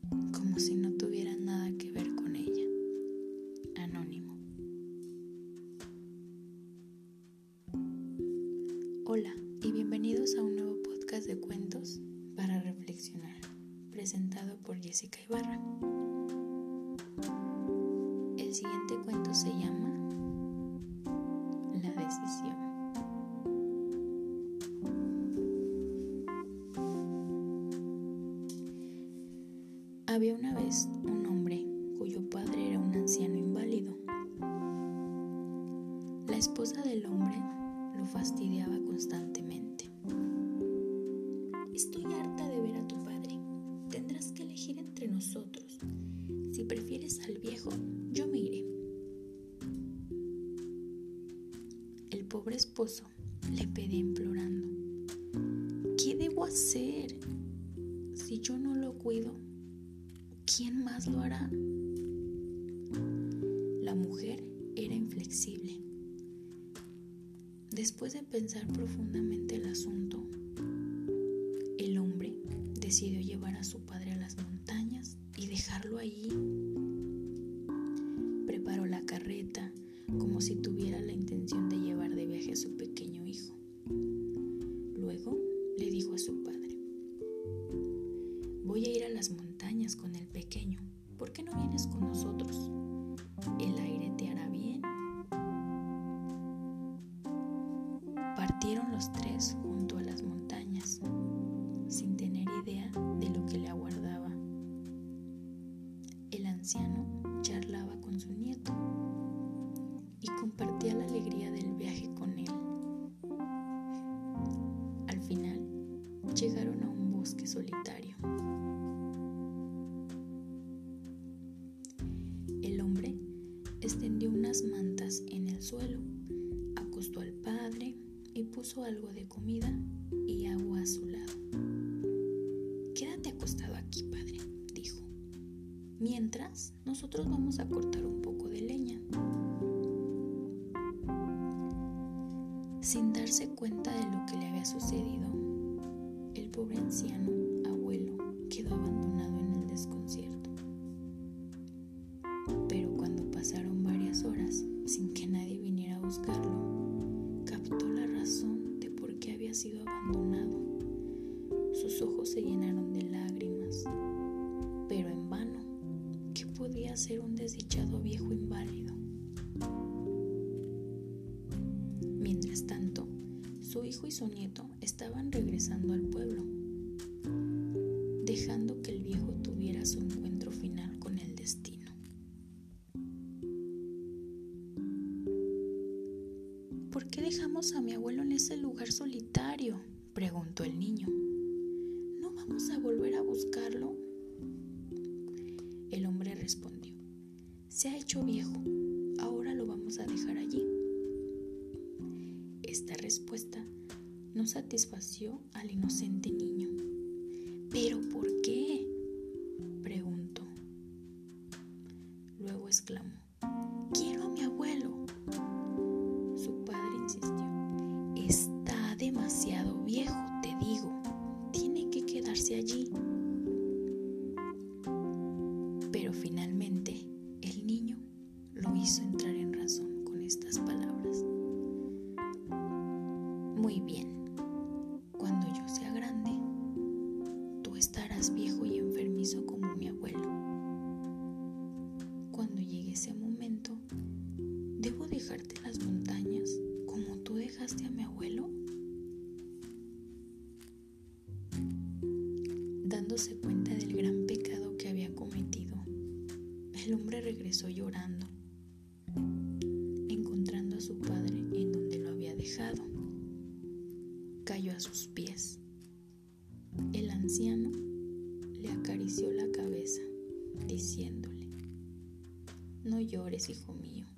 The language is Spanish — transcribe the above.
como si no tuviera nada que ver con ella. Anónimo. Hola y bienvenidos a un nuevo podcast de cuentos para reflexionar, presentado por Jessica Ibarra. El siguiente cuento se llama La decisión. Había una vez un hombre cuyo padre era un anciano inválido. La esposa del hombre lo fastidiaba constantemente. Estoy harta de ver a tu padre. Tendrás que elegir entre nosotros. Si prefieres al viejo, yo me iré. El pobre esposo le pedía implorando: ¿qué debo hacer? Si yo no lo cuido, ¿quién más lo hará? La mujer era inflexible. Después de pensar profundamente el asunto, el hombre decidió llevar a su padre a las montañas y dejarlo allí. Preparó la carreta como si tuviera la intención de llevar de viaje a su pequeño hijo. Luego le dijo a su padre: voy a ir a las montañas con el pequeño. ¿Por qué no vienes con nosotros? El aire te hará bien. Partieron los tres junto a las montañas, sin tener idea de lo que le aguardaba. El anciano charlaba con su nieto y compartía la alegría del viaje con él. Al final, llegaron a un bosque solitario. El hombre extendió unas mantas en el suelo, acostó al padre y puso algo de comida y agua a su lado. Quédate acostado aquí, padre, dijo. Mientras, nosotros vamos a cortar un poco de leña. Sin darse cuenta de lo que le había sucedido, el pobre anciano abuelo quedó abandonado en el desconcierto. Pero cuando pasaron varias horas sin que nadie viniera a buscarlo, captó la razón de por qué había sido abandonado. Sus ojos se llenaron de lágrimas, pero en vano. ¿Qué podía hacer un desdichado viejo inválido? Mientras tanto, su hijo y su nieto estaban regresando al pueblo, dejando que el viejo tuviera su encuentro final con el destino. ¿Por qué dejamos a mi abuelo en ese lugar solitario?, preguntó el niño. ¿No vamos a volver a buscarlo? El hombre respondió: se ha hecho viejo, ahora lo vamos a dejar allí. Esta respuesta no satisfació al inocente niño. ¿Pero por qué?, preguntó. Luego exclamó: quiero a mi abuelo. Su padre insistió: está demasiado viejo, te digo, tiene que quedarse allí. Pero finalmente el niño lo hizo entrar en razón con estas palabras: muy bien, cuando yo sea grande, tú estarás viejo y enfermizo como mi abuelo. Cuando llegue ese momento, ¿debo dejarte en las montañas como tú dejaste a mi abuelo? Dándose cuenta del gran pecado que había cometido, el hombre regresó llorando, encontrando a su padre en donde lo había dejado. Cayó a sus pies. El anciano le acarició la cabeza, diciéndole: no llores, hijo mío,